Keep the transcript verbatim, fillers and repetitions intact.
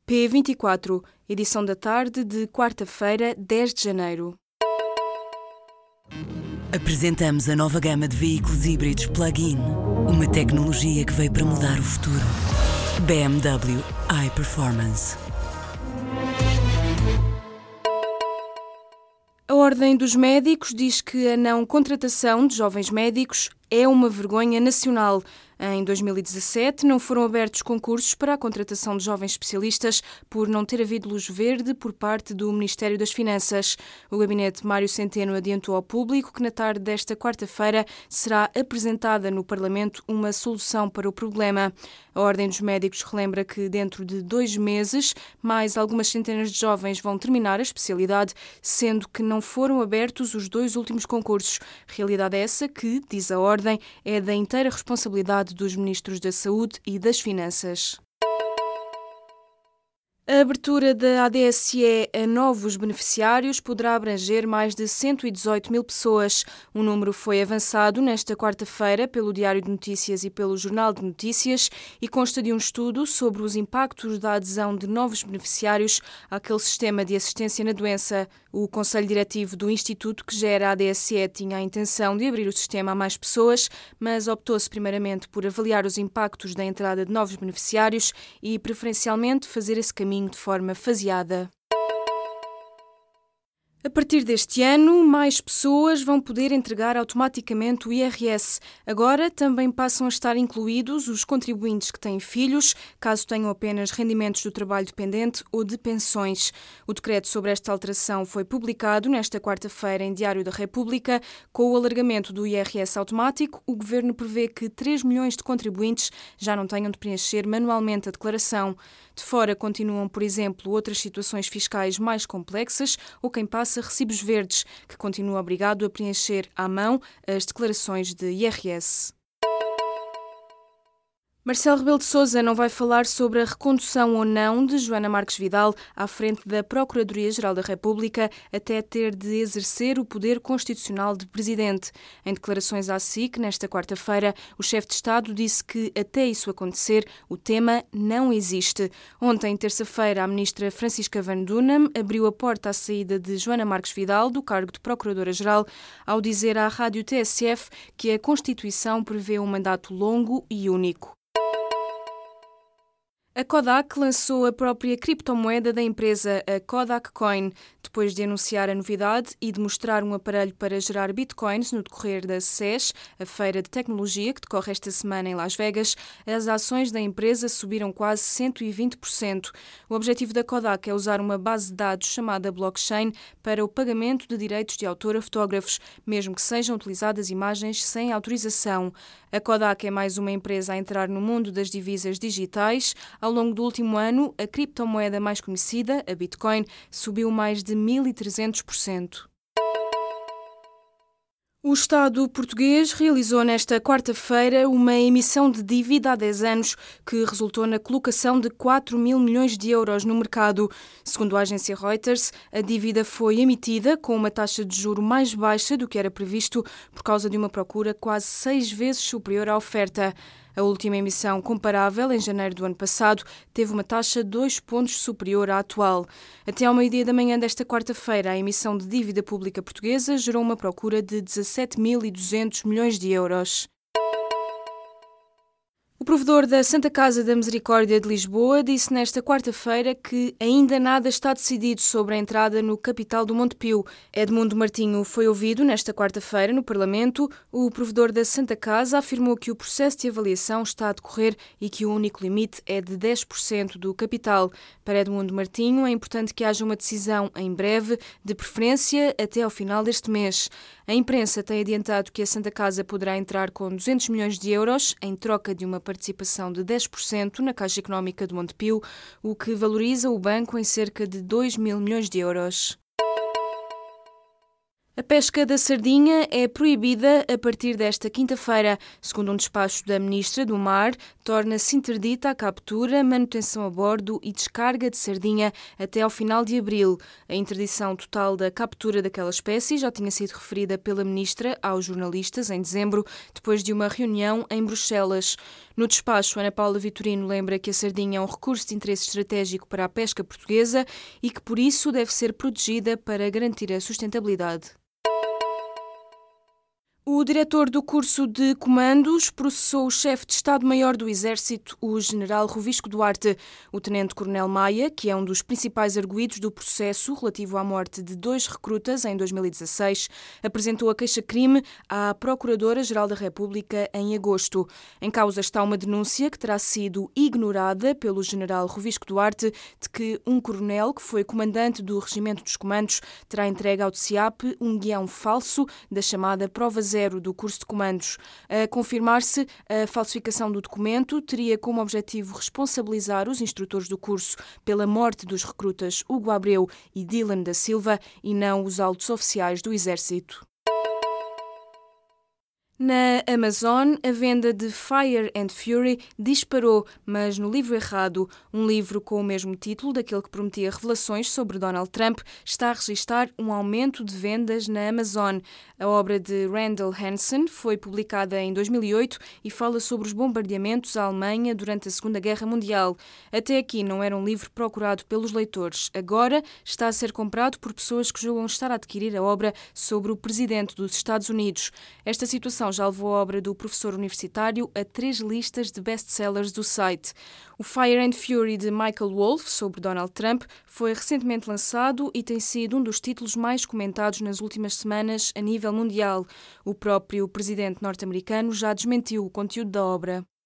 P vinte e quatro, edição da tarde de quarta-feira, dez de janeiro. Apresentamos a nova gama de veículos híbridos plug-in. Uma tecnologia que veio para mudar o futuro. B M W iPerformance. A Ordem dos Médicos diz que a não contratação de jovens médicos é uma vergonha nacional. Em dois mil e dezassete, não foram abertos concursos para a contratação de jovens especialistas por não ter havido luz verde por parte do Ministério das Finanças. O gabinete Mário Centeno adiantou ao público que na tarde desta quarta-feira será apresentada no Parlamento uma solução para o problema. A Ordem dos Médicos relembra que dentro de dois meses, mais algumas centenas de jovens vão terminar a especialidade, sendo que não foram abertos os dois últimos concursos. Realidade essa que, diz a Ordem, é da inteira responsabilidade dos Ministros da Saúde e das Finanças. A abertura da A D S E a novos beneficiários poderá abranger mais de cento e dezoito mil pessoas. O número foi avançado nesta quarta-feira pelo Diário de Notícias e pelo Jornal de Notícias e consta de um estudo sobre os impactos da adesão de novos beneficiários àquele sistema de assistência na doença. O Conselho Diretivo do Instituto que gera a A D S E tinha a intenção de abrir o sistema a mais pessoas, mas optou-se primeiramente por avaliar os impactos da entrada de novos beneficiários e, preferencialmente, fazer esse caminho de forma faseada. A partir deste ano, mais pessoas vão poder entregar automaticamente o I R S. Agora também passam a estar incluídos os contribuintes que têm filhos, caso tenham apenas rendimentos do trabalho dependente ou de pensões. O decreto sobre esta alteração foi publicado nesta quarta-feira em Diário da República. Com o alargamento do I R S automático, o Governo prevê que três milhões de contribuintes já não tenham de preencher manualmente a declaração. De fora continuam, por exemplo, outras situações fiscais mais complexas ou quem passa recibos verdes, que continua obrigado a preencher à mão as declarações de I R S. Marcelo Rebelo de Sousa não vai falar sobre a recondução ou não de Joana Marques Vidal à frente da Procuradoria-Geral da República até ter de exercer o poder constitucional de presidente. Em declarações à S I C, nesta quarta-feira, o chefe de Estado disse que, até isso acontecer, o tema não existe. Ontem, terça-feira, a ministra Francisca Van Dunham abriu a porta à saída de Joana Marques Vidal do cargo de Procuradora-Geral ao dizer à Rádio T S F que a Constituição prevê um mandato longo e único. A Kodak lançou a própria criptomoeda da empresa, a Kodak Coin, depois de anunciar a novidade e de mostrar um aparelho para gerar bitcoins no decorrer da C E S, a feira de tecnologia que decorre esta semana em Las Vegas. As ações da empresa subiram quase cento e vinte por cento. O objetivo da Kodak é usar uma base de dados chamada blockchain para o pagamento de direitos de autor a fotógrafos, mesmo que sejam utilizadas imagens sem autorização. A Kodak é mais uma empresa a entrar no mundo das divisas digitais. Ao longo do último ano, a criptomoeda mais conhecida, a Bitcoin, subiu mais de mil e trezentos por cento. O Estado português realizou nesta quarta-feira uma emissão de dívida há dez anos que resultou na colocação de quatro mil milhões de euros no mercado. Segundo a agência Reuters, a dívida foi emitida com uma taxa de juro mais baixa do que era previsto por causa de uma procura quase seis vezes superior à oferta. A última emissão comparável, em janeiro do ano passado, teve uma taxa dois pontos superior à atual. Até ao meio-dia da manhã desta quarta-feira, a emissão de dívida pública portuguesa gerou uma procura de dezassete mil e duzentos milhões de euros. O provedor da Santa Casa da Misericórdia de Lisboa disse nesta quarta-feira que ainda nada está decidido sobre a entrada no capital do Montepio. Edmundo Martinho foi ouvido nesta quarta-feira no Parlamento. O provedor da Santa Casa afirmou que o processo de avaliação está a decorrer e que o único limite é de dez por cento do capital. Para Edmundo Martinho, é importante que haja uma decisão em breve, de preferência até ao final deste mês. A imprensa tem adiantado que a Santa Casa poderá entrar com duzentos milhões de euros em troca de uma participação de dez por cento na Caixa Económica de Montepio, o que valoriza o banco em cerca de dois mil milhões de euros. A pesca da sardinha é proibida a partir desta quinta-feira. Segundo um despacho da Ministra do Mar, torna-se interdita a captura, manutenção a bordo e descarga de sardinha até ao final de abril. A interdição total da captura daquela espécie já tinha sido referida pela Ministra aos jornalistas em dezembro, depois de uma reunião em Bruxelas. No despacho, Ana Paula Vitorino lembra que a sardinha é um recurso de interesse estratégico para a pesca portuguesa e que, por isso, deve ser protegida para garantir a sustentabilidade. O diretor do curso de comandos processou o chefe de Estado-Maior do Exército, o general Rovisco Duarte. O tenente-coronel Maia, que é um dos principais arguidos do processo relativo à morte de dois recrutas em dois mil e dezasseis, apresentou a queixa-crime à Procuradora-Geral da República em agosto. Em causa está uma denúncia que terá sido ignorada pelo general Rovisco Duarte de que um coronel, que foi comandante do Regimento dos Comandos, terá entregue ao D C E A P um guião falso da chamada Prova Zero do curso de comandos. A confirmar-se, a falsificação do documento teria como objetivo responsabilizar os instrutores do curso pela morte dos recrutas Hugo Abreu e Dylan da Silva e não os altos oficiais do Exército. Na Amazon, a venda de Fire and Fury disparou, mas no livro errado. Um livro com o mesmo título daquele que prometia revelações sobre Donald Trump está a registrar um aumento de vendas na Amazon. A obra de Randall Hansen foi publicada em dois mil e oito e fala sobre os bombardeamentos à Alemanha durante a Segunda Guerra Mundial. Até aqui não era um livro procurado pelos leitores. Agora está a ser comprado por pessoas que julgam estar a adquirir a obra sobre o presidente dos Estados Unidos. Esta situação já levou a obra do professor universitário a três listas de best-sellers do site. O Fire and Fury de Michael Wolff, sobre Donald Trump, foi recentemente lançado e tem sido um dos títulos mais comentados nas últimas semanas a nível mundial. O próprio presidente norte-americano já desmentiu o conteúdo da obra.